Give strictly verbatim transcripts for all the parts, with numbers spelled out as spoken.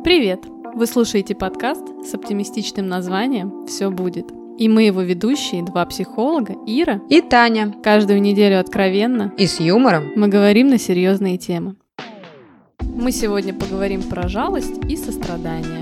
Привет! Вы слушаете подкаст с оптимистичным названием «Все будет». И мы его ведущие, два психолога, Ира и Таня. Каждую неделю откровенно и с юмором мы говорим на серьезные темы. Мы сегодня поговорим про жалость и сострадание.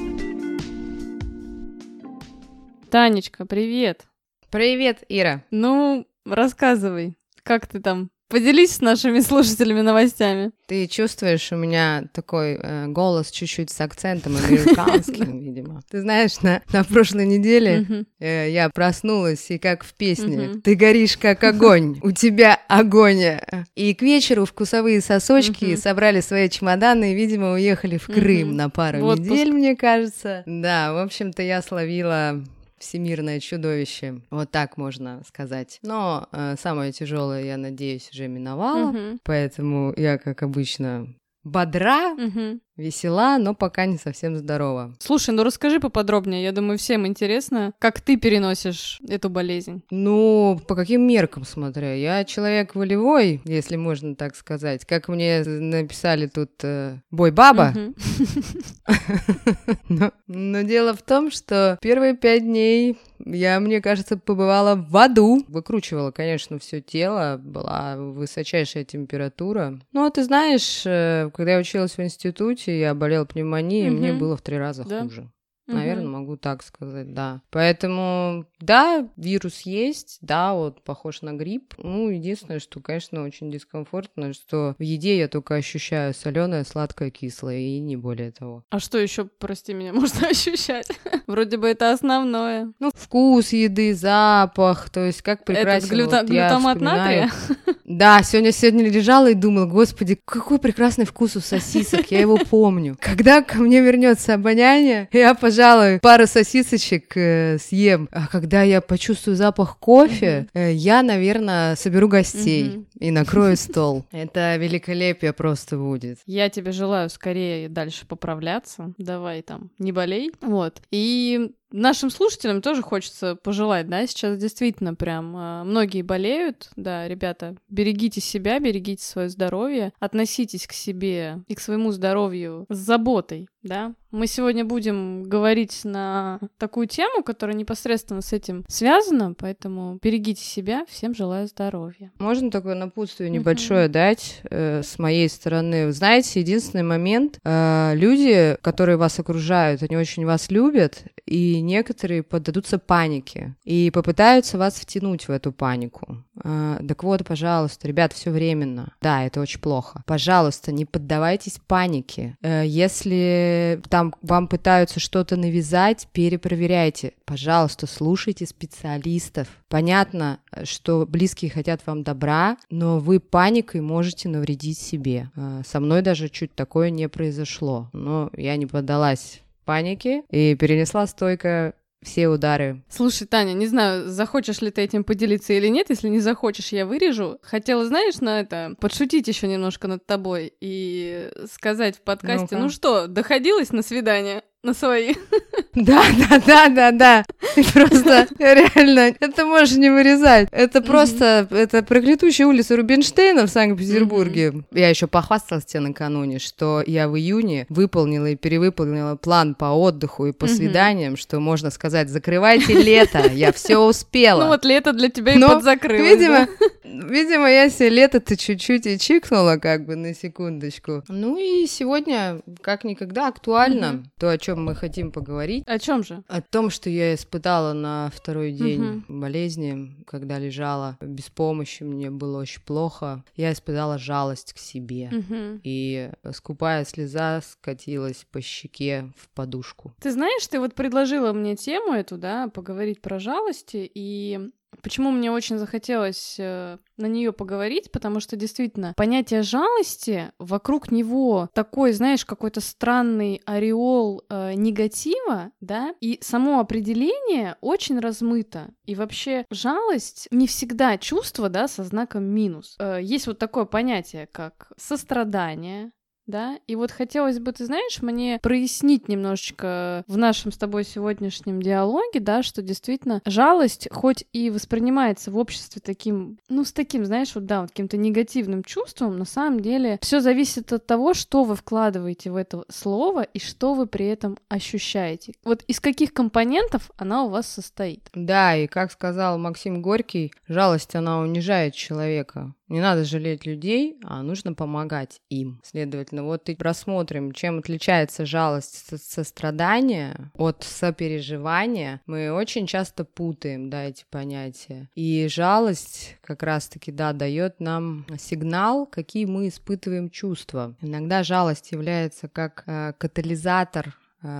Танечка, привет! Привет, Ира! Ну, рассказывай, как ты там? Поделись с нашими слушателями новостями. Ты чувствуешь, у меня такой э, голос чуть-чуть с акцентом американским, видимо. Ты знаешь, на, на прошлой неделе э, я проснулась, и как в песне «Ты горишь, как огонь, у тебя агония». И к вечеру вкусовые сосочки собрали свои чемоданы и, видимо, уехали в Крым на пару недель, мне кажется. Да, в общем-то, я словила... всемирное чудовище, вот так можно сказать. Но э, самое тяжелое, я надеюсь, уже миновало, uh-huh. поэтому я, как обычно, бодра, uh-huh. весела, но пока не совсем здорова. Слушай, ну расскажи поподробнее, я думаю, всем интересно, как ты переносишь эту болезнь. Ну, по каким меркам, смотря. Я человек волевой, если можно так сказать. Как мне написали тут э, бой-баба. Но дело в том, что первые пять дней я, мне кажется, побывала в аду. Выкручивала, конечно, все тело, была высочайшая температура. Ну, а ты знаешь, когда я училась в институте, я болела пневмонией, mm-hmm. мне было в три раза да? хуже. Mm-hmm. Наверное, могу так сказать, да. Поэтому, да, вирус есть, да, вот похож на грипп. Ну, единственное, что, конечно, очень дискомфортно, что в еде я только ощущаю соленое, сладкое, кислое, и не более того. А что еще, прости меня, можно ощущать? Вроде бы это основное. Ну, вкус еды, запах, то есть как прекрасен. Это глюта- вот глютамат натрия? Да, сегодня, сегодня лежала и думала, господи, какой прекрасный вкус у сосисок, я его помню. Когда ко мне вернется обоняние, я, пожалуй, пару сосисочек э, съем. А когда я почувствую запах кофе, mm-hmm. э, я, наверное, соберу гостей mm-hmm. и накрою стол. Это великолепие просто будет. Я тебе желаю скорее дальше поправляться. Давай там, не болей. Вот. И нашим слушателям тоже хочется пожелать, да, сейчас действительно прям э, многие болеют, да, ребята, берегите себя, берегите свое здоровье, относитесь к себе и к своему здоровью с заботой, да. Мы сегодня будем говорить на такую тему, которая непосредственно с этим связана, поэтому берегите себя, всем желаю здоровья. Можно такое напутствие небольшое uh-huh. дать э, с моей стороны? Вы знаете, единственный момент, э, люди, которые вас окружают, они очень вас любят, и некоторые поддадутся панике и попытаются вас втянуть в эту панику. Э, так вот, пожалуйста, ребят, все временно. Да, это очень плохо. Пожалуйста, не поддавайтесь панике. Э, если там вам пытаются что-то навязать, перепроверяйте. Пожалуйста, слушайте специалистов. Понятно, что близкие хотят вам добра, но вы паникой можете навредить себе. Э, со мной даже чуть такое не произошло, но я не поддалась панике и перенесла стойко все удары. Слушай, Таня, не знаю, захочешь ли ты этим поделиться или нет. Если не захочешь, я вырежу. Хотела, знаешь, на это подшутить еще немножко над тобой и сказать в подкасте, ну, ну что, доходилось на свидание? На свои. Да, да, да, да, да. Ты просто реально, это можешь не вырезать. Это mm-hmm. просто, это проклятущая улица Рубинштейна в Санкт-Петербурге. Mm-hmm. Я еще похвасталась тебе накануне, что я в июне выполнила и перевыполнила план по отдыху и по mm-hmm. свиданиям, что можно сказать, закрывайте лето, я все успела. Ну вот лето для тебя и подзакрылось. Видимо, видимо, я себе лето-то чуть-чуть и чикнула, как бы на секундочку. Ну и сегодня, как никогда, актуально то, о чем мы хотим поговорить. О чем же? О том, что я испытала на второй день uh-huh. болезни, когда лежала без помощи, мне было очень плохо. Я испытала жалость к себе. Uh-huh. И скупая слеза скатилась по щеке в подушку. Ты знаешь, ты вот предложила мне тему эту, да, поговорить про жалости, и почему мне очень захотелось э, на нее поговорить, потому что действительно понятие жалости, вокруг него такой, знаешь, какой-то странный ореол э, негатива, да, и само определение очень размыто. И вообще жалость не всегда чувство, да, со знаком минус. Э, есть вот такое понятие, как сострадание, да, и вот хотелось бы, ты знаешь, мне прояснить немножечко в нашем с тобой сегодняшнем диалоге, да, что действительно жалость, хоть и воспринимается в обществе таким, ну, с таким, знаешь, вот, да, вот каким-то негативным чувством, на самом деле все зависит от того, что вы вкладываете в это слово и что вы при этом ощущаете. Вот из каких компонентов она у вас состоит. Да, и как сказал Максим Горький, жалость, она унижает человека. Не надо жалеть людей, а нужно помогать им. Следовательно, вот и просмотрим, чем отличается жалость от сострадания от сопереживания. Мы очень часто путаем, да, эти понятия. И жалость как раз-таки, да, дает нам сигнал, какие мы испытываем чувства. Иногда жалость является как э, катализатор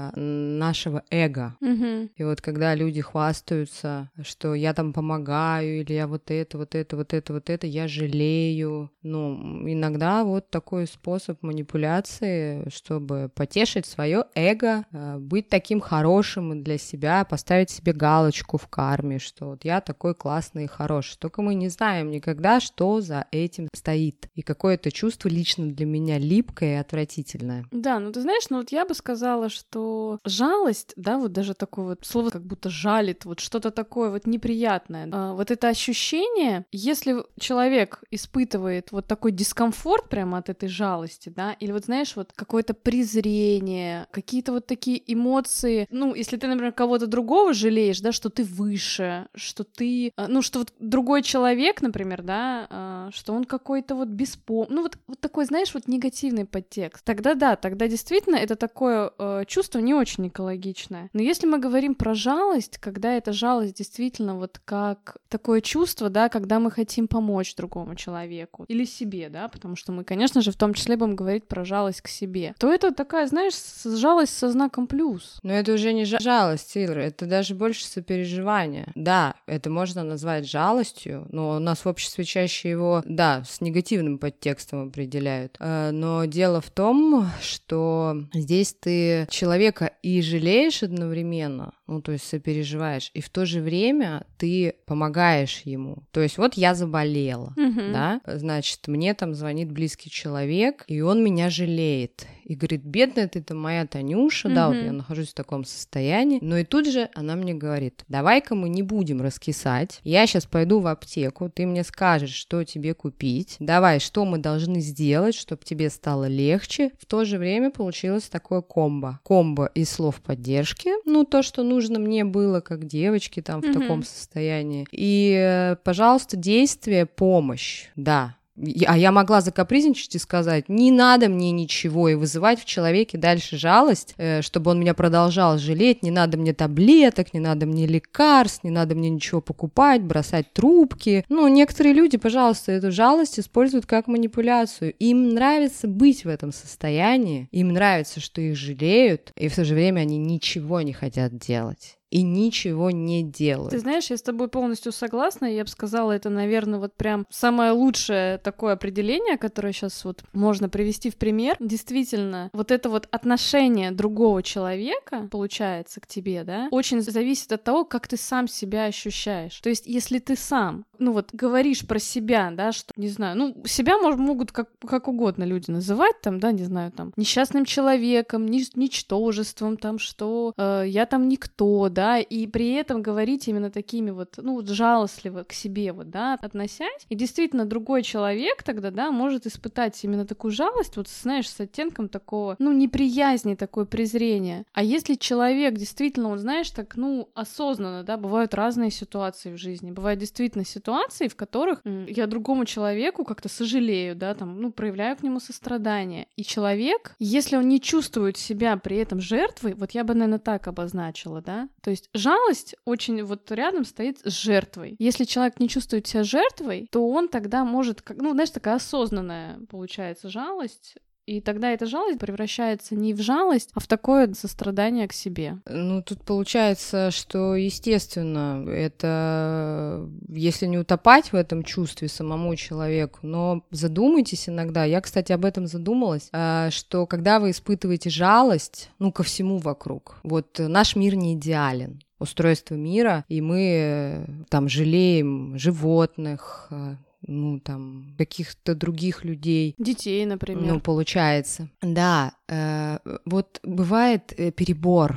нашего эго. Mm-hmm. И вот когда люди хвастаются, что я там помогаю, или я вот это, вот это, вот это, вот это, я жалею. Ну, иногда вот такой способ манипуляции, чтобы потешить свое эго, быть таким хорошим для себя, поставить себе галочку в карме, что вот я такой классный и хороший. Только мы не знаем никогда, что за этим стоит. И какое это чувство лично для меня липкое и отвратительное. Да, ну ты знаешь, ну вот я бы сказала, что что жалость, да, вот даже такое вот слово как будто жалит, вот что-то такое вот неприятное. А, вот это ощущение, если человек испытывает вот такой дискомфорт прямо от этой жалости, да, или вот знаешь, вот какое-то презрение, какие-то вот такие эмоции, ну, если ты, например, кого-то другого жалеешь, да, что ты выше, что ты, ну, что вот другой человек, например, да, что он какой-то вот беспомощный, ну, вот, вот такой, знаешь, вот негативный подтекст, тогда да, тогда действительно это такое э, чувство не очень экологичное. Но если мы говорим про жалость, когда эта жалость действительно вот как такое чувство, да, когда мы хотим помочь другому человеку или себе, да, потому что мы, конечно же, в том числе будем говорить про жалость к себе, то это такая, знаешь, жалость со знаком плюс. Но это уже не жалость, Ира, это даже больше сопереживание. Да, это можно назвать жалостью, но у нас в обществе чаще его, да, с негативным подтекстом определяют. Но дело в том, что здесь ты человека и жалеешь одновременно, ну, то есть сопереживаешь, и в то же время ты помогаешь ему. То есть вот я заболела, mm-hmm. да, значит, мне там звонит близкий человек, и он меня жалеет. И говорит, бедная ты-то моя Танюша, mm-hmm. да, вот я нахожусь в таком состоянии. Но и тут же она мне говорит, давай-ка мы не будем раскисать, я сейчас пойду в аптеку, ты мне скажешь, что тебе купить, давай, что мы должны сделать, чтобы тебе стало легче. В то же время получилось такое комбо. Комбо из слов поддержки, ну, то, что нужно мне было, как девочке там в mm-hmm. таком состоянии. И, пожалуйста, действие, помощь, да. А я могла закапризничать и сказать, не надо мне ничего, и вызывать в человеке дальше жалость, чтобы он меня продолжал жалеть, не надо мне таблеток, не надо мне лекарств, не надо мне ничего покупать, бросать трубки. Ну, некоторые люди, пожалуйста, эту жалость используют как манипуляцию. Им нравится быть в этом состоянии, им нравится, что их жалеют, и в то же время они ничего не хотят делать. И ничего не делают. Ты знаешь, я с тобой полностью согласна, я бы сказала, это, наверное, вот прям самое лучшее такое определение, которое сейчас вот можно привести в пример. Действительно, вот это вот отношение другого человека, получается, к тебе, да, очень зависит от того, как ты сам себя ощущаешь. То есть, если ты сам, ну вот, говоришь про себя, да, что, не знаю, ну, себя может, могут как, как угодно люди называть, там, да, не знаю, там, несчастным человеком, нич- ничтожеством, там, что э, я там никто, да, да, и при этом говорить именно такими вот, ну, вот жалостливо к себе, вот, да, относясь, и действительно другой человек тогда, да, может испытать именно такую жалость, вот, знаешь, с оттенком такого, ну, неприязни, такое презрение. А если человек действительно, вот, знаешь, так, ну, осознанно, да, бывают разные ситуации в жизни, бывают действительно ситуации, в которых м, я другому человеку как-то сожалею, да, там, ну, проявляю к нему сострадание, и человек, если он не чувствует себя при этом жертвой, вот я бы, наверное, так обозначила, да, то То есть жалость очень вот рядом стоит с жертвой. Если человек не чувствует себя жертвой, то он тогда может, как, ну, знаешь, такая осознанная получается жалость. И тогда эта жалость превращается не в жалость, а в такое сострадание к себе. Ну, тут получается, что, естественно, это если не утопать в этом чувстве самому человеку, но задумайтесь иногда, я, кстати, об этом задумалась, что когда вы испытываете жалость, ну, ко всему вокруг, вот наш мир не идеален, устройство мира, и мы там жалеем животных, ну, там, каких-то других людей. Детей, например. Ну, получается. Да, э, вот бывает э, перебор.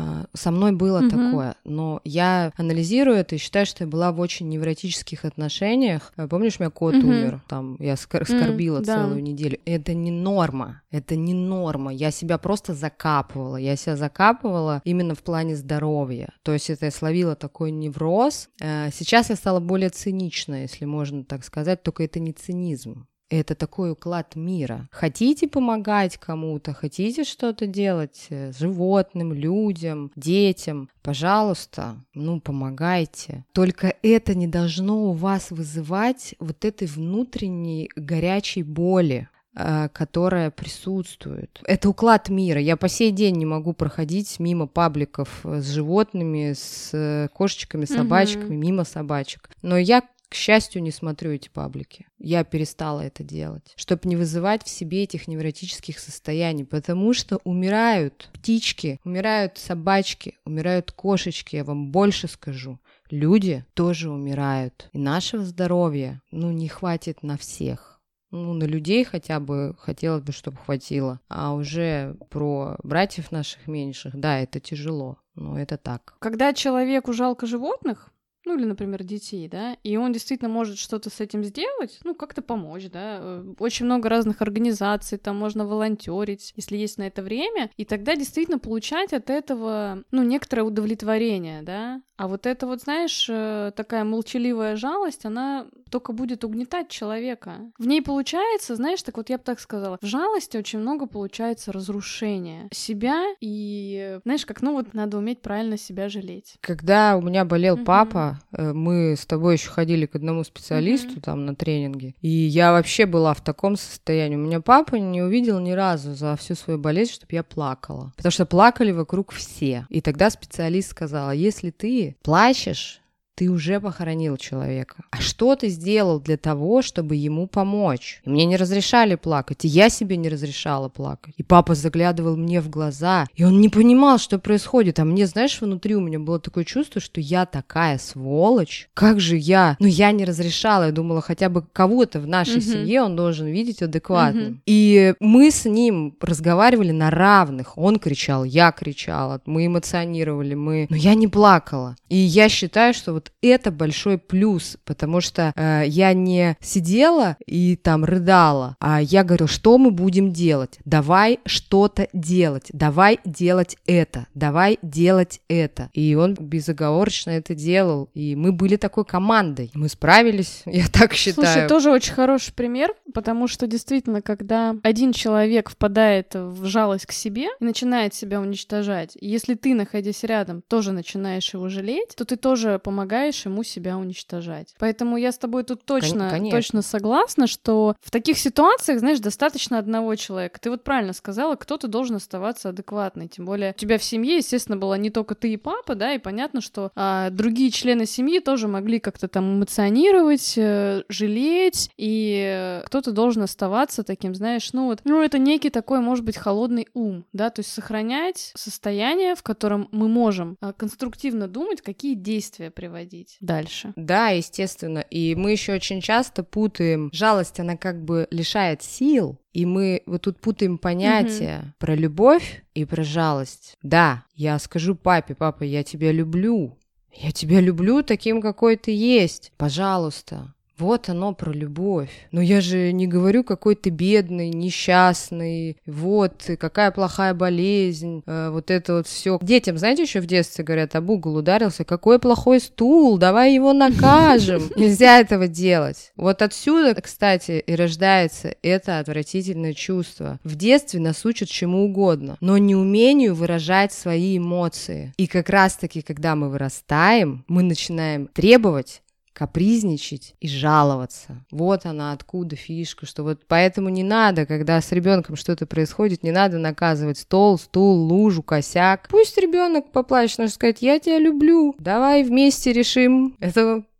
Со мной было угу. такое, но я анализирую это и считаю, что я была в очень невротических отношениях. Помнишь, у меня кот угу. умер, там я скор- скорбила mm, целую да. неделю. Это не норма, это не норма. Я себя просто закапывала, я себя закапывала именно в плане здоровья. То есть это я словила такой невроз. Сейчас я стала более цинична, если можно так сказать, только это не цинизм. Это такой уклад мира. Хотите помогать кому-то, хотите что-то делать животным, людям, детям, пожалуйста, ну, помогайте. Только это не должно у вас вызывать вот этой внутренней горячей боли, которая присутствует. Это уклад мира. Я по сей день не могу проходить мимо пабликов с животными, с кошечками, собачками, угу. мимо собачек. Но я, к счастью, не смотрю эти паблики. Я перестала это делать, чтобы не вызывать в себе этих невротических состояний, потому что умирают птички, умирают собачки, умирают кошечки, я вам больше скажу. Люди тоже умирают. И нашего здоровья, ну, не хватит на всех. Ну, на людей хотя бы хотелось бы, чтобы хватило. А уже про братьев наших меньших, да, это тяжело, но это так. Когда человеку жалко животных, ну или, например, детей, да, и он действительно может что-то с этим сделать, ну, как-то помочь, да, очень много разных организаций, там можно волонтерить, если есть на это время, и тогда действительно получать от этого, ну, некоторое удовлетворение, да, а вот это вот, знаешь, такая молчаливая жалость, она только будет угнетать человека. В ней получается, знаешь, так вот я бы так сказала, в жалости очень много получается разрушения себя, и, знаешь, как, ну вот надо уметь правильно себя жалеть. Когда у меня болел uh-huh. папа, мы с тобой еще ходили к одному специалисту uh-huh. там на тренинге, и я вообще была в таком состоянии. У меня папа не увидел ни разу за всю свою болезнь, чтобы я плакала, потому что плакали вокруг все. И тогда специалист сказала, если ты плачешь, ты уже похоронил человека. А что ты сделал для того, чтобы ему помочь? И мне не разрешали плакать, и я себе не разрешала плакать. И папа заглядывал мне в глаза, и он не понимал, что происходит. А мне, знаешь, внутри у меня было такое чувство, что я такая сволочь. Как же я? Ну, я не разрешала. Я думала, хотя бы кого-то в нашей uh-huh. семье он должен видеть адекватным. Uh-huh. И мы с ним разговаривали на равных. Он кричал, я кричала, мы эмоционировали, мы... Но я не плакала. И я считаю, что вот это большой плюс, потому что э, я не сидела и там рыдала, а я говорила, что мы будем делать? Давай что-то делать, давай делать это, давай делать это. И он безоговорочно это делал, и мы были такой командой. Мы справились, я так считаю. Слушай, тоже очень хороший пример, потому что действительно, когда один человек впадает в жалость к себе и начинает себя уничтожать, если ты, находясь рядом, тоже начинаешь его жалеть, то ты тоже помогаешь ему себя уничтожать. Поэтому я с тобой тут точно, точно согласна, что в таких ситуациях, знаешь, достаточно одного человека. Ты вот правильно сказала, кто-то должен оставаться адекватный. Тем более у тебя в семье, естественно, была не только ты и папа, да, и понятно, что а, другие члены семьи тоже могли как-то там эмоционировать, э, жалеть, и кто-то должен оставаться таким, знаешь, ну вот, ну это некий такой, может быть, холодный ум, да, то есть сохранять состояние, в котором мы можем а, конструктивно думать, какие действия приводить дальше. Да, естественно. И мы еще очень часто путаем. Жалость, она как бы лишает сил. И мы вот тут путаем понятия mm-hmm. про любовь и про жалость. Да, я скажу папе, папа, я тебя люблю. Я тебя люблю таким, какой ты есть. Пожалуйста. Вот оно про любовь. Но я же не говорю, какой ты бедный, несчастный, вот, какая плохая болезнь, э, вот это вот все. Детям, знаете, еще в детстве говорят, об угол ударился, какой плохой стул, давай его накажем. Нельзя этого делать. Вот отсюда, кстати, и рождается это отвратительное чувство. В детстве нас учат чему угодно, но не умению выражать свои эмоции. И как раз-таки, когда мы вырастаем, мы начинаем требовать, капризничать и жаловаться. Вот она откуда фишка, что вот поэтому не надо, когда с ребенком что-то происходит, не надо наказывать стол, стул, лужу, косяк. Пусть ребенок поплачет, нужно сказать, я тебя люблю, давай вместе решим это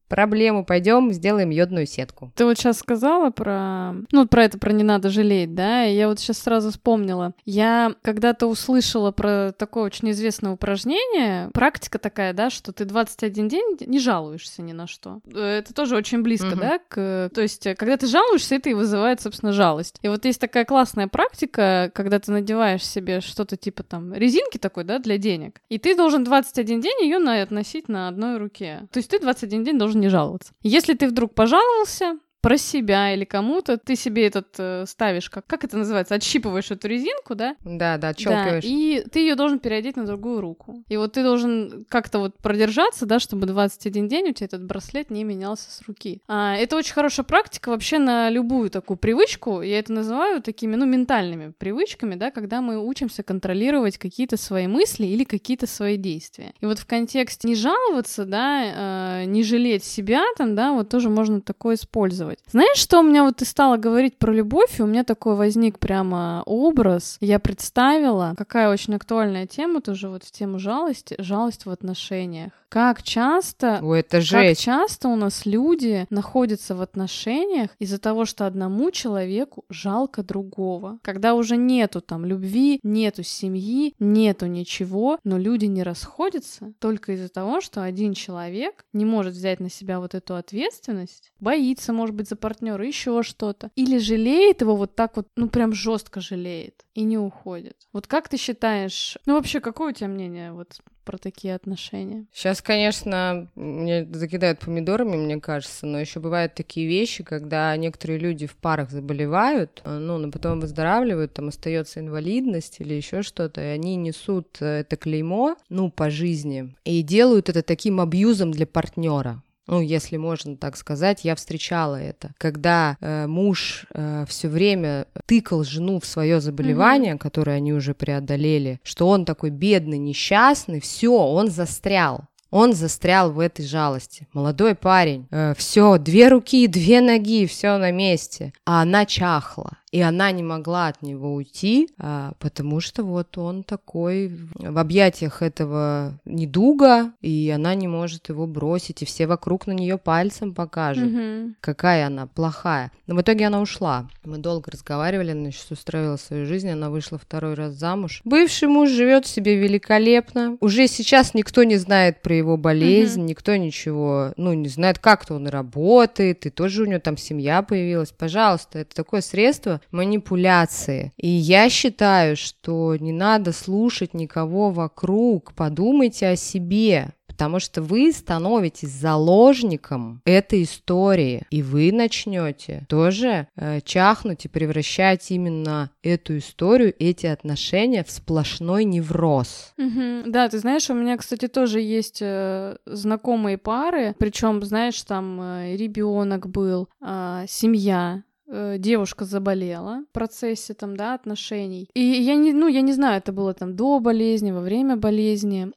проблему, пойдем сделаем йодную сетку. Ты вот сейчас сказала про... Ну, про это, про не надо жалеть, да, и я вот сейчас сразу вспомнила. Я когда-то услышала про такое очень известное упражнение, практика такая, да, что ты двадцать один день не жалуешься ни на что. Это тоже очень близко, mm-hmm. да, к... То есть, когда ты жалуешься, это и вызывает, собственно, жалость. И вот есть такая классная практика, когда ты надеваешь себе что-то типа там резинки такой, да, для денег, и ты должен двадцать один день ее относить на одной руке. То есть ты двадцать один день должен не жаловаться. Если ты вдруг пожаловался про себя или кому-то, ты себе этот э, ставишь, как, как это называется, отщипываешь эту резинку, да? Да, да, отщелкиваешь. Да, и ты ее должен переодеть на другую руку. И вот ты должен как-то вот продержаться, да, чтобы двадцать один день у тебя этот браслет не менялся с руки. А, это очень хорошая практика вообще на любую такую привычку. Я это называю такими, ну, ментальными привычками, да, когда мы учимся контролировать какие-то свои мысли или какие-то свои действия. И вот в контексте не жаловаться, да, э, не жалеть себя там, да, вот тоже можно такое использовать. Знаешь, что у меня вот ты стала говорить про любовь, и у меня такой возник прямо образ. Я представила, какая очень актуальная тема тоже вот в тему жалости, жалость в отношениях. Как часто, Ой, это как жесть. часто у нас люди находятся в отношениях из-за того, что одному человеку жалко другого. Когда уже нету там любви, нету семьи, нету ничего, но люди не расходятся только из-за того, что один человек не может взять на себя вот эту ответственность, боится, может быть, за партнера, еще что-то, или жалеет его вот так вот, ну прям жестко жалеет и не уходит. Вот как ты считаешь, ну вообще какое у тебя мнение вот про такие отношения? Сейчас, конечно, мне закидают помидорами, мне кажется, но еще бывают такие вещи, когда некоторые люди в парах заболевают, ну, но потом выздоравливают, там остается инвалидность или еще что-то, и они несут это клеймо, ну, по жизни, и делают это таким абьюзом для партнера. Ну, если можно так сказать, я встречала это. Когда э, муж э, все время тыкал жену в свое заболевание, mm-hmm. которое они уже преодолели, что он такой бедный, несчастный, все, он застрял. Он застрял в этой жалости. Молодой парень, э, все, две руки, две ноги, все на месте. А она чахла. И она не могла от него уйти, а, потому что вот он такой в объятиях этого недуга, и она не может его бросить, и все вокруг на нее пальцем покажут, mm-hmm. какая она плохая. Но в итоге она ушла. Мы долго разговаривали, она сейчас устроила свою жизнь, она вышла второй раз замуж. Бывший муж живет себе великолепно. Уже сейчас никто не знает про его болезнь, mm-hmm. никто ничего, ну, не знает, как-то он работает, и тоже у него там семья появилась. Пожалуйста, это такое средство манипуляции. И я считаю, что не надо слушать никого вокруг, подумайте о себе, потому что вы становитесь заложником этой истории, и вы начнете тоже э, чахнуть и превращать именно эту историю, эти отношения в сплошной невроз. Mm-hmm. Да, ты знаешь, у меня, кстати, тоже есть э, знакомые пары, причем, знаешь, там э, ребенок был, э, семья. Девушка заболела в процессе там, да, отношений. И я не, ну, я не знаю, это было там до болезни, во время болезни,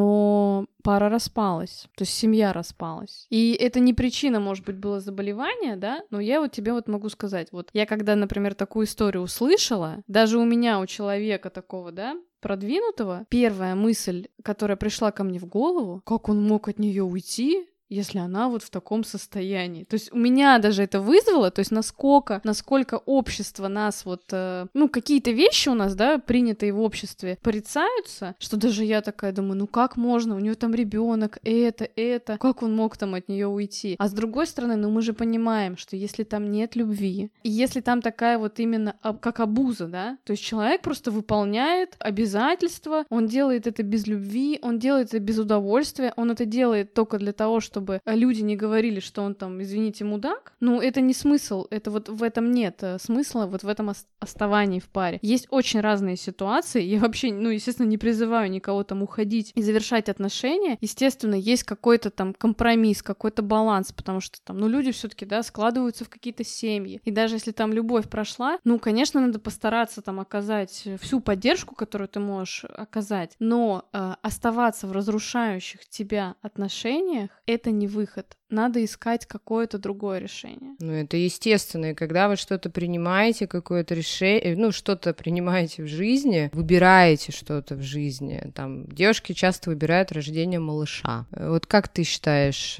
но пара распалась, то есть семья распалась. И это не причина, может быть, было заболевание, да, но я вот тебе вот могу сказать, вот я когда, например, такую историю услышала, даже у меня, у человека такого, да, продвинутого, первая мысль, которая пришла ко мне в голову, как он мог от нее уйти, если она вот в таком состоянии. То есть у меня даже это вызвало, то есть насколько, насколько общество нас вот, э, ну, какие-то вещи у нас, да, принятые в обществе, порицаются, что даже я такая думаю, ну как можно, у нее там ребенок, это, это, как он мог там от нее уйти? А с другой стороны, ну мы же понимаем, что если там нет любви, и если там такая вот именно как абуза, да, то есть человек просто выполняет обязательства, он делает это без любви, он делает это без удовольствия, он это делает только для того, чтобы чтобы люди не говорили, что он там, извините, мудак, ну, это не смысл, это вот в этом нет смысла, вот в этом оставании в паре. Есть очень разные ситуации, я вообще, ну, естественно, не призываю никого там уходить и завершать отношения, естественно, есть какой-то там компромисс, какой-то баланс, потому что там, ну, люди все-таки, да, складываются в какие-то семьи, и даже если там любовь прошла, ну, конечно, надо постараться там оказать всю поддержку, которую ты можешь оказать, но э, оставаться в разрушающих тебя отношениях, это это не выход. Надо искать какое-то другое решение. Ну, это естественно. И когда вы что-то принимаете, какое-то решение, ну, что-то принимаете в жизни, выбираете что-то в жизни. Там, девушки часто выбирают рождение малыша. Вот как ты считаешь,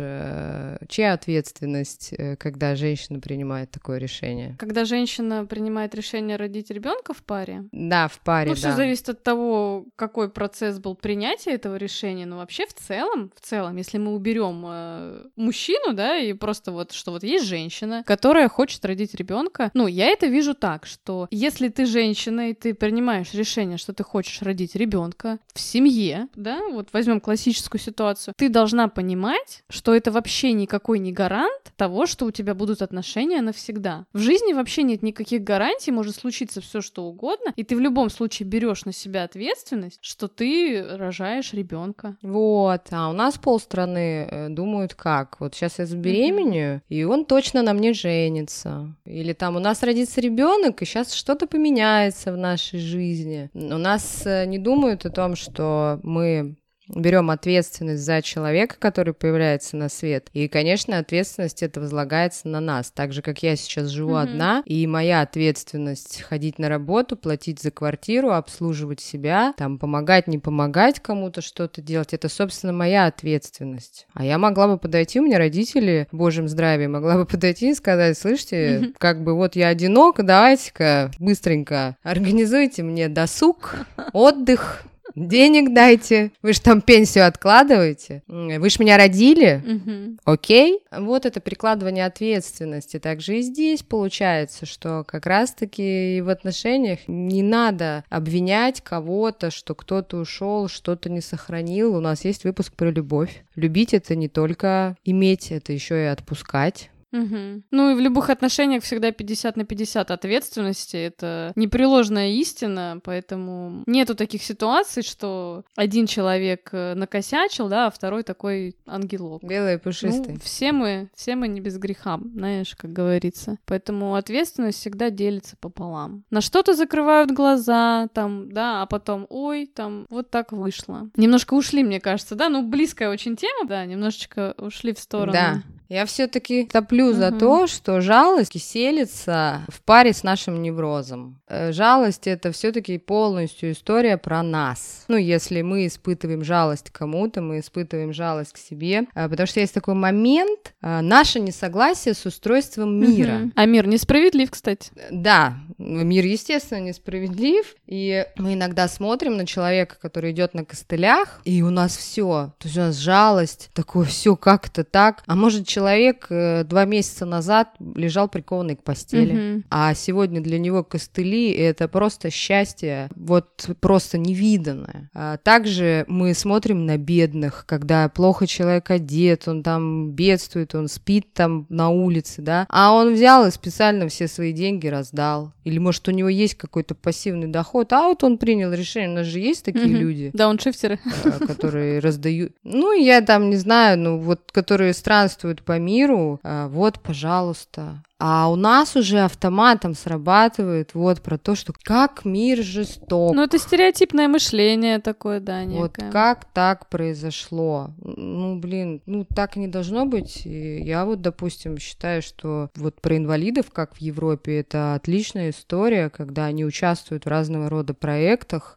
чья ответственность, когда женщина принимает такое решение? Когда женщина принимает решение родить ребенка в паре? Да, в паре, ну, да. Ну, все зависит от того, какой процесс был принятия этого решения. Но вообще в целом, в целом, если мы уберем э, мужчину, да, и просто вот, что вот есть женщина, которая хочет родить ребенка, ну, я это вижу так, что если ты женщина, и ты принимаешь решение, что ты хочешь родить ребенка в семье, да, вот возьмем классическую ситуацию, ты должна понимать, что это вообще никакой не гарант того, что у тебя будут отношения навсегда. В жизни вообще нет никаких гарантий, может случиться все что угодно, и ты в любом случае берешь на себя ответственность, что ты рожаешь ребенка. Вот, а у нас полстраны э, думают как? Вот сейчас я забеременею, mm-hmm. и он точно на мне женится. Или там у нас родится ребенок, и сейчас что-то поменяется в нашей жизни. У нас э, не думают о том, что мы берем ответственность за человека, который появляется на свет. И, конечно, ответственность это возлагается на нас. Так же, как я сейчас живу mm-hmm. одна, и моя ответственность ходить на работу, платить за квартиру, обслуживать себя, там, помогать, не помогать кому-то что-то делать, это, собственно, моя ответственность. А я могла бы подойти, у меня родители в божьем здравии, могла бы подойти и сказать, слышите, mm-hmm. как бы вот я одинока, давайте-ка быстренько организуйте мне досуг, отдых, денег дайте, вы же там пенсию откладываете, вы ж меня родили, uh-huh. окей? Вот это прикладывание ответственности. Также и здесь получается, что как раз-таки и в отношениях не надо обвинять кого-то, что кто-то ушел, что-то не сохранил. У нас есть выпуск про любовь. Любить — это не только иметь, это еще и отпускать. Угу. Ну и в любых отношениях всегда пятьдесят на пятьдесят ответственности, это непреложная истина, поэтому нету таких ситуаций, что один человек накосячил, да, а второй такой ангелок. Белый и пушистый. Ну, все мы, все мы не без греха, знаешь, как говорится. Поэтому ответственность всегда делится пополам. На что-то закрывают глаза, там, да, а потом, ой, там, вот так вышло. Немножко ушли, мне кажется, да, ну близкая очень тема, да, немножечко ушли в сторону. Да. Я все-таки топлю uh-huh. за то, что жалость селится в паре с нашим неврозом. Жалость — это все-таки полностью история про нас. Ну, если мы испытываем жалость к кому-то, мы испытываем жалость к себе, потому что есть такой момент, наше несогласие с устройством мира. Uh-huh. А мир несправедлив, кстати. Да, мир, естественно, несправедлив, и мы иногда смотрим на человека, который идет на костылях, и у нас все, то есть у нас жалость, такое все как-то так, а может человек э, два месяца назад лежал прикованный к постели, uh-huh. а сегодня для него костыли — это просто счастье, вот просто невиданное. А также мы смотрим на бедных, когда плохо человек одет, он там бедствует, он спит там на улице, да, а он взял и специально все свои деньги раздал. Или, может, у него есть какой-то пассивный доход, а вот он принял решение, у нас же есть такие uh-huh. люди. Дауншифтеры. Которые раздают. Ну, я там не знаю, ну, вот, которые странствуют по миру, вот, пожалуйста. А у нас уже автоматом срабатывает вот про то, что как мир жесток. Ну, это стереотипное мышление такое, да, некое. Вот как так произошло? Ну, блин, ну, так не должно быть. И я вот, допустим, считаю, что вот про инвалидов, как в Европе, это отличная история, когда они участвуют в разного рода проектах,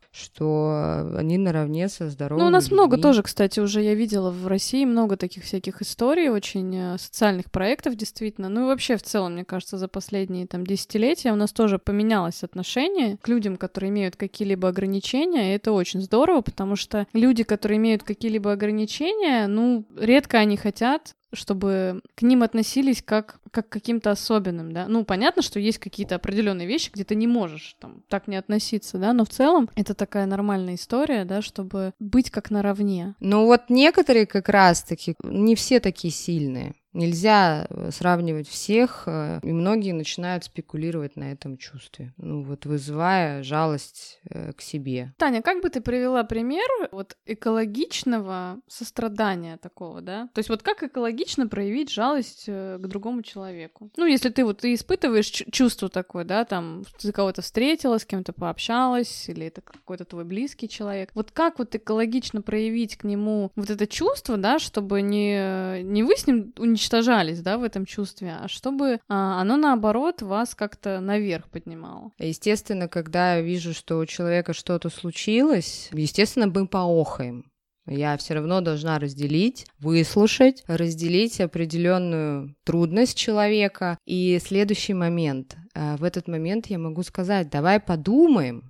что они наравне со здоровыми Ну, у нас людьми. много тоже, кстати, уже я видела в России много таких всяких историй, очень социальных проектов, действительно. Ну и вообще в целом, мне кажется, за последние там десятилетия у нас тоже поменялось отношение к людям, которые имеют какие-либо ограничения, и это очень здорово, потому что люди, которые имеют какие-либо ограничения, ну, редко они хотят, чтобы к ним относились как, как к каким-то особенным, да. Ну, понятно, что есть какие-то определенные вещи, где ты не можешь там так не относиться, да, но в целом это такая нормальная история, да, чтобы быть как наравне. Ну, вот некоторые как раз-таки, не все такие сильные. Нельзя сравнивать всех, и многие начинают спекулировать на этом чувстве, ну вот вызывая жалость к себе. Таня, как бы ты привела пример вот экологичного сострадания такого, да? То есть вот как экологично проявить жалость к другому человеку? Ну, если ты вот ты испытываешь чувство такое, да, там, ты кого-то встретила, с кем-то пообщалась, или это какой-то твой близкий человек. Вот как вот экологично проявить к нему вот это чувство, да, чтобы не, не вы с ним уничтожались, да, в этом чувстве, а чтобы а, оно, наоборот, вас как-то наверх поднимало? Естественно, когда я вижу, что у человека что-то случилось, естественно, мы поохаем. Я все равно должна разделить, выслушать, разделить определенную трудность человека. И следующий момент. В этот момент я могу сказать, давай подумаем,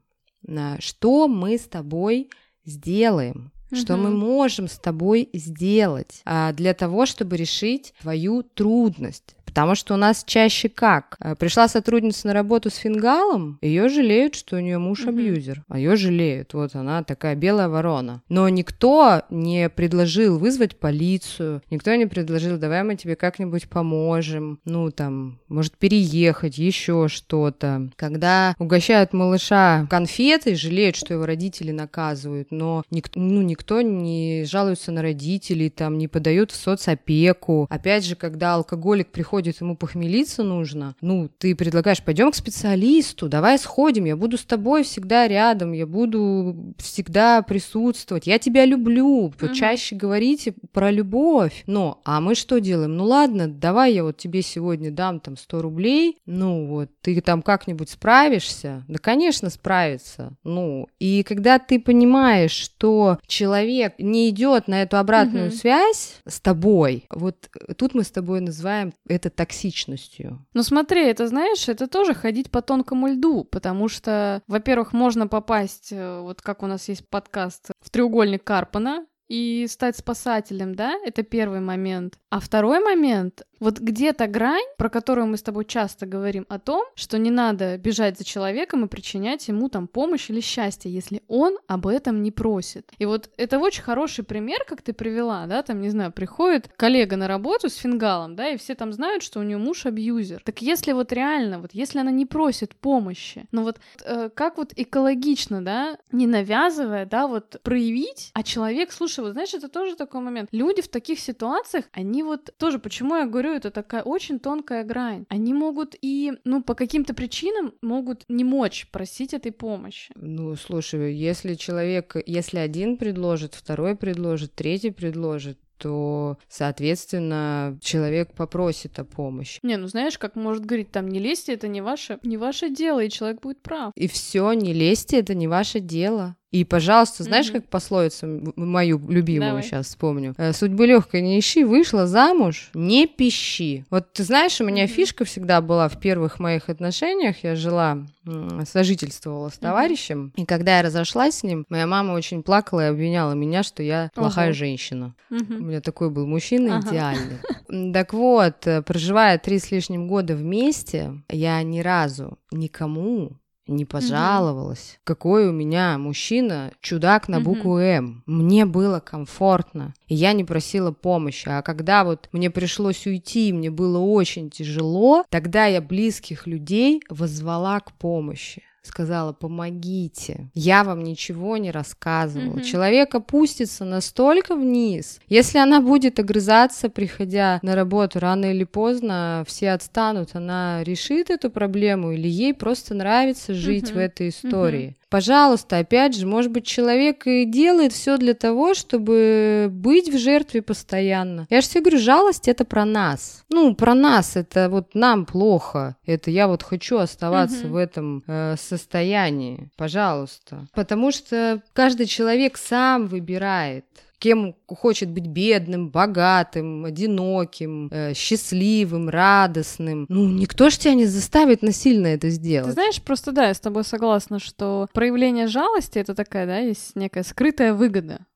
что мы с тобой сделаем, mm-hmm. что мы можем с тобой сделать для того, чтобы решить твою трудность. Потому что у нас чаще как? Пришла сотрудница на работу с фингалом, ее жалеют, что у нее муж mm-hmm. абьюзер. А ее жалеют, вот она такая белая ворона. Но никто не предложил вызвать полицию, никто не предложил, давай мы тебе как-нибудь поможем, ну там, может переехать, еще что-то. Когда угощают малыша конфетой, жалеют, что его родители наказывают, но никто, ну, никто не жалуется на родителей, там, не подает в соцопеку. Опять же, когда алкоголик приходит, ему похмелиться нужно, ну, ты предлагаешь, пойдем к специалисту, давай сходим, я буду с тобой всегда рядом, я буду всегда присутствовать, я тебя люблю, mm-hmm. чаще говорите про любовь. Но, а мы что делаем? Ну, ладно, давай я вот тебе сегодня дам там сто рублей, ну, вот, ты там как-нибудь справишься? Да, конечно, справится. Ну, и когда ты понимаешь, что человек не идет на эту обратную mm-hmm. связь с тобой, вот тут мы с тобой называем это токсичностью. Ну смотри, это, знаешь, это тоже ходить по тонкому льду, потому что, во-первых, можно попасть, вот как у нас есть подкаст, в треугольник Карпмана и стать спасателем, да, это первый момент. А второй момент, вот где-то грань, про которую мы с тобой часто говорим о том, что не надо бежать за человеком и причинять ему там помощь или счастье, если он об этом не просит. И вот это очень хороший пример, как ты привела, да, там, не знаю, приходит коллега на работу с фингалом, да, и все там знают, что у нее муж абьюзер. Так если вот реально, вот если она не просит помощи, ну вот э, как вот экологично, да, не навязывая, да, вот проявить, а человек, слушай, вот знаешь, это тоже такой момент. Люди в таких ситуациях, они вот тоже, почему я говорю, это такая очень тонкая грань. Они могут и, ну, по каким-то причинам могут не мочь просить этой помощи. Ну, слушай, если человек, если один предложит, второй предложит, третий предложит, то, соответственно, человек попросит о помощи. Не, ну знаешь, как может говорить, там, не лезьте, это не ваше, не ваше дело, и человек будет прав. И все, не лезьте, это не ваше дело. И, пожалуйста, знаешь, mm-hmm. как пословицу мою любимую Давай. Сейчас вспомню. Судьбы легкой не ищи, вышла замуж, не пищи. Вот ты знаешь, у меня mm-hmm. фишка всегда была в первых моих отношениях. Я жила, сожительствовала с товарищем, mm-hmm. и когда я разошлась с ним, моя мама очень плакала и обвиняла меня, что я плохая uh-huh. женщина. Mm-hmm. У меня такой был мужчина uh-huh. идеальный. Так вот, проживая три с лишним года вместе, я ни разу никому не пожаловалась, mm-hmm. какой у меня мужчина чудак на букву mm-hmm. М. Мне было комфортно, и я не просила помощи. А когда вот мне пришлось уйти, мне было очень тяжело, тогда я близких людей воззвала к помощи. Сказала, помогите, я вам ничего не рассказывала. Mm-hmm. Человек опустится настолько вниз. Если она будет огрызаться, приходя на работу, рано или поздно все отстанут, она решит эту проблему или ей просто нравится жить mm-hmm. в этой истории. Mm-hmm. Пожалуйста, опять же, может быть, человек и делает все для того, чтобы быть в жертве постоянно. Я же все говорю, жалость — это про нас. Ну, про нас, это вот нам плохо. Это я вот хочу оставаться mm-hmm. в этом э, состоянии. Пожалуйста. Потому что каждый человек сам выбирает, кем хочет быть: бедным, богатым, одиноким, э, счастливым, радостным. Ну, никто ж тебя не заставит насильно это сделать. Ты знаешь, просто да, я с тобой согласна, что проявление жалости — это такая, да, есть некая скрытая выгода.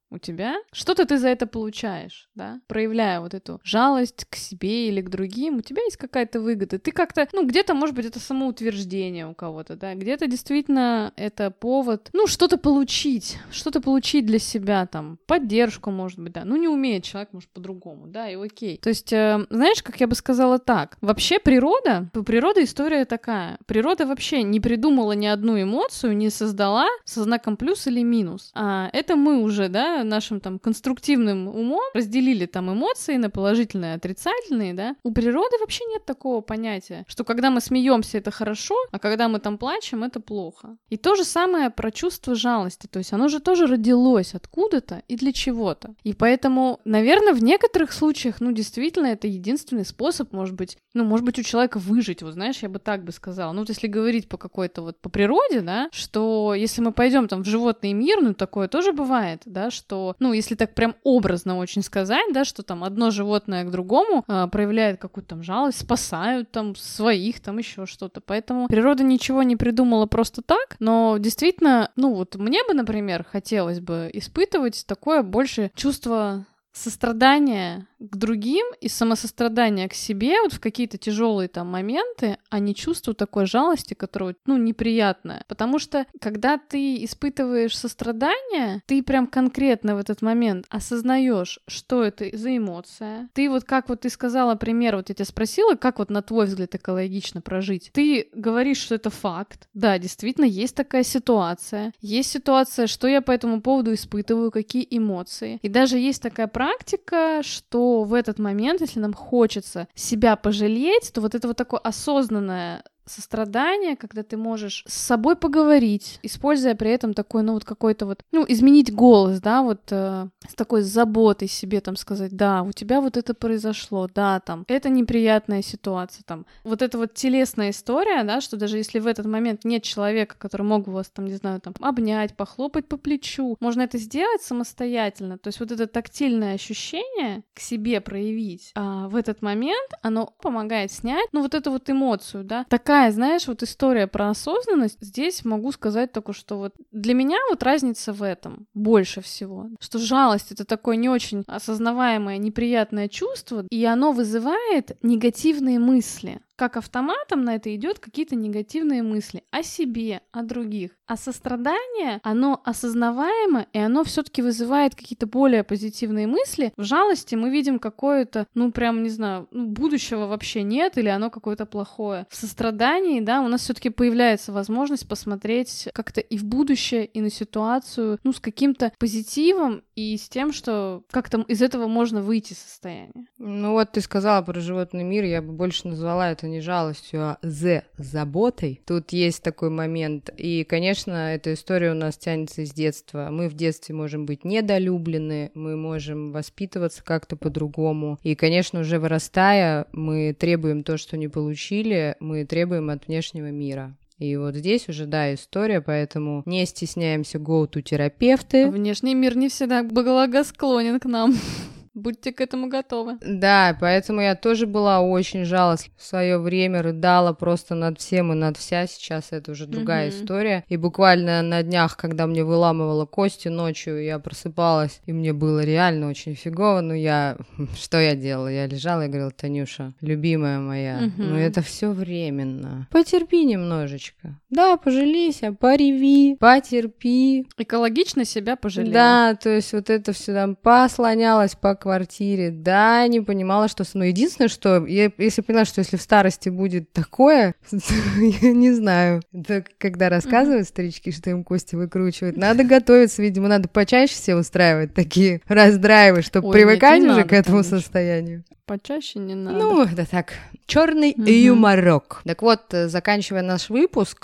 у тебя, что-то ты за это получаешь, да, проявляя вот эту жалость к себе или к другим, у тебя есть какая-то выгода, ты как-то, ну, где-то, может быть, это самоутверждение у кого-то, да, где-то действительно это повод, ну, что-то получить, что-то получить для себя, там, поддержку, может быть, да, ну, не умеет человек, может, по-другому, да, и окей. То есть, э, знаешь, как я бы сказала так, вообще природа, у природы история такая, природа вообще не придумала ни одну эмоцию, не создала со знаком плюс или минус, а это мы уже, да, нашим там конструктивным умом разделили там эмоции на положительные и отрицательные, да. У природы вообще нет такого понятия, что когда мы смеемся, это хорошо, а когда мы там плачем, это плохо. И то же самое про чувство жалости, то есть оно же тоже родилось откуда-то и для чего-то. И поэтому, наверное, в некоторых случаях, ну, действительно, это единственный способ, может быть, ну, может быть, у человека выжить, вот знаешь, я бы так бы сказала. Ну, вот если говорить по какой-то вот по природе, да, что если мы пойдем там в животный мир, ну, такое тоже бывает, да, что что, ну, если так прям образно очень сказать, да, что там одно животное к другому э, проявляет какую-то там жалость, спасают там своих, там еще что-то. Поэтому природа ничего не придумала просто так, но действительно, ну, вот мне бы, например, хотелось бы испытывать такое больше чувство сострадания к другим и самосострадания к себе вот в какие-то тяжелые там моменты, а не чувство такой жалости, которое, ну, неприятное. Потому что, когда ты испытываешь сострадание, ты прям конкретно в этот момент осознаешь, что это за эмоция. Ты вот, как вот ты сказала пример, вот я тебя спросила, как вот на твой взгляд экологично прожить. Ты говоришь, что это факт. Да, действительно, есть такая ситуация. Есть ситуация, что я по этому поводу испытываю, какие эмоции. И даже есть такая практика, что в этот момент, если нам хочется себя пожалеть, то вот это вот такое осознанное сострадание, когда ты можешь с собой поговорить, используя при этом такой, ну, вот какой-то вот, ну, изменить голос, да, вот э, с такой заботой себе там сказать, да, у тебя вот это произошло, да, там, это неприятная ситуация, там, вот эта вот телесная история, да, что даже если в этот момент нет человека, который мог бы вас, там, не знаю, там, обнять, похлопать по плечу, можно это сделать самостоятельно, то есть вот это тактильное ощущение к себе проявить, а в этот момент оно помогает снять, ну, вот эту вот эмоцию, да, такая, знаешь, вот история про осознанность, здесь могу сказать только, что вот для меня вот разница в этом больше всего, что жалость — это такое не очень осознаваемое неприятное чувство, и оно вызывает негативные мысли. Как автоматом на это идет какие-то негативные мысли о себе, о других. А сострадание, оно осознаваемо, и оно все-таки вызывает какие-то более позитивные мысли. В жалости мы видим какое-то, ну прям, не знаю, ну, будущего вообще нет, или оно какое-то плохое. В сострадании, да, у нас все-таки появляется возможность посмотреть как-то и в будущее, и на ситуацию, ну, с каким-то позитивом, и с тем, что как-то из этого можно выйти из состояния. Ну вот ты сказала про животный мир, я бы больше назвала это не жалостью, а зе заботой. Тут есть такой момент. И, конечно, эта история у нас тянется из детства. Мы в детстве можем быть недолюблены, мы можем воспитываться как-то по-другому. И, конечно, уже вырастая, мы требуем то, что не получили, мы требуем от внешнего мира. И вот здесь уже, да, история, поэтому не стесняемся go to терапевты. Внешний мир не всегда благосклонен к нам. Будьте к этому готовы. Да, поэтому я тоже была очень жалостлива. В свое время рыдала просто над всем и над вся. Сейчас это уже другая mm-hmm. история. И буквально на днях, когда мне выламывало кости ночью, я просыпалась, и мне было реально очень фигово. Но я... Что я делала? Я лежала и говорила: Танюша, любимая моя, mm-hmm. ну это все временно. Потерпи немножечко. Да, пожалейся, пореви, потерпи. Экологично себя пожалела. Да, то есть вот это все там послонялось по квартире, да, не понимала, что... Ну, единственное, что... Я, если поняла, что если в старости будет такое, я не знаю. Это когда рассказывают старички, что им кости выкручивают, надо готовиться, видимо, надо почаще все устраивать такие раздрайвы, чтобы привыкать уже к этому состоянию. Почаще не надо. Ну, это так, черный юморок. Так вот, заканчивая наш выпуск,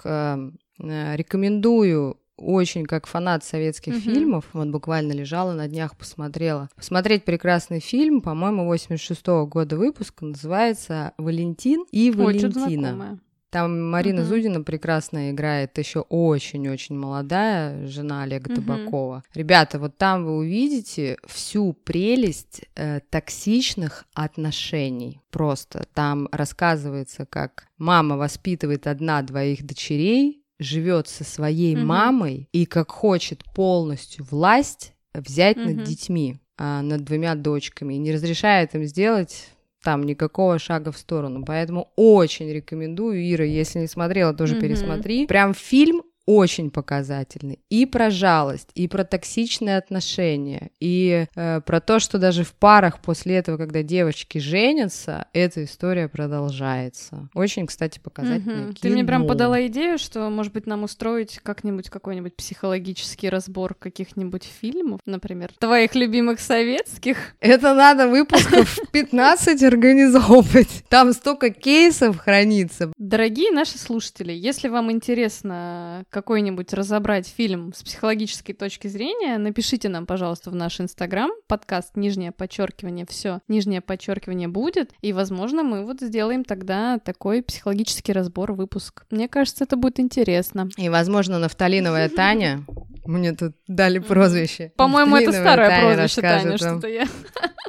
рекомендую очень как фанат советских mm-hmm. фильмов, вот буквально лежала на днях, посмотрела. Посмотреть прекрасный фильм, по-моему, восемьдесят шестого года выпуска, называется «Валентин и Валентина». Ой, там Марина uh-huh. Зудина прекрасно играет, еще очень-очень молодая, жена Олега uh-huh. Табакова. Ребята, вот там вы увидите всю прелесть э, токсичных отношений. Просто там рассказывается, как мама воспитывает одна двоих дочерей, живет со своей mm-hmm. мамой и как хочет полностью власть взять Мгм. над детьми, а, над двумя дочками, и не разрешает им сделать там никакого шага в сторону. Поэтому очень рекомендую, Ира, если не смотрела, тоже Мгм. пересмотри. Прям фильм очень показательный. И про жалость, и про токсичные отношения, и э, про то, что даже в парах после этого, когда девочки женятся, эта история продолжается. Очень, кстати, показательное Мгм. кино. Ты мне прям подала идею, что, может быть, нам устроить как-нибудь какой-нибудь психологический разбор каких-нибудь фильмов, например, твоих любимых советских. Это надо выпусков пятнадцать организовывать. Там столько кейсов хранится. Дорогие наши слушатели, если вам интересно какой-нибудь разобрать фильм с психологической точки зрения, напишите нам, пожалуйста, в наш инстаграм, подкаст нижнее подчеркивание, все, нижнее подчеркивание будет, и, возможно, мы вот сделаем тогда такой психологический разбор, выпуск. Мне кажется, это будет интересно. И, возможно, нафталиновая Таня, мне тут дали прозвище. По-моему, это Нафталиновая старое Таня прозвище, Таня, расскажет вам. что-то я...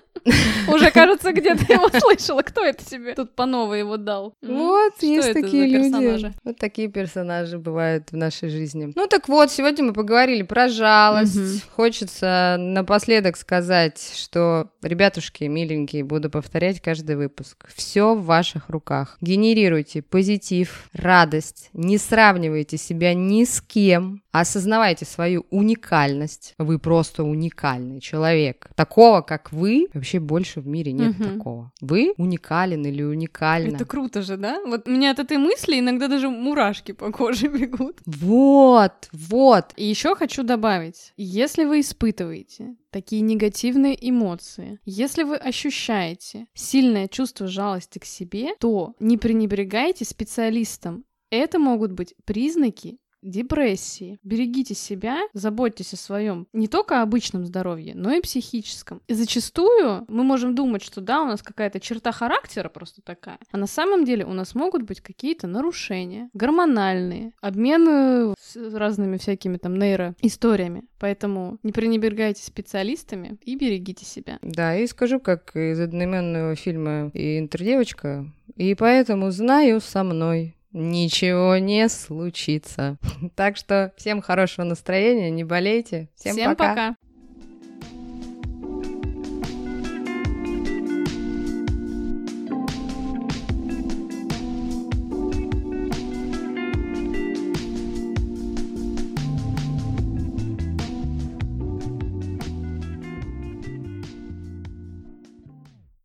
Уже, кажется, где-то его слышала. Кто это тебе тут по новой его дал? М? Вот, Что есть это такие за люди. персонажи? Вот такие персонажи бывают в нашей жизни. Ну так вот, сегодня мы поговорили про жалость. Мгм. Хочется напоследок сказать, что, ребятушки, миленькие, буду повторять каждый выпуск. Все в ваших руках. Генерируйте позитив, радость. Не сравнивайте себя ни с кем. Осознавайте свою уникальность. Вы просто уникальный человек. Такого, как вы, вообще больше в мире нет Мгм. такого. Вы уникален или уникальна. Это круто же, да? Вот у меня от этой мысли иногда даже мурашки по коже бегут. Вот, вот. И еще хочу добавить, если вы испытываете такие негативные эмоции, если вы ощущаете сильное чувство жалости к себе, то не пренебрегайте специалистом. Это могут быть признаки депрессии. Берегите себя, заботьтесь о своем не только обычном здоровье, но и психическом. И зачастую мы можем думать, что да, у нас какая-то черта характера просто такая, а на самом деле у нас могут быть какие-то нарушения, гормональные, обмены с разными всякими там нейроисториями. Поэтому не пренебрегайте специалистами и берегите себя. Да, и скажу, как из одноименного фильма и «Интердевочка», и поэтому знаю, со мной ничего не случится. Так что всем хорошего настроения, не болейте. Всем, Всем пока. пока.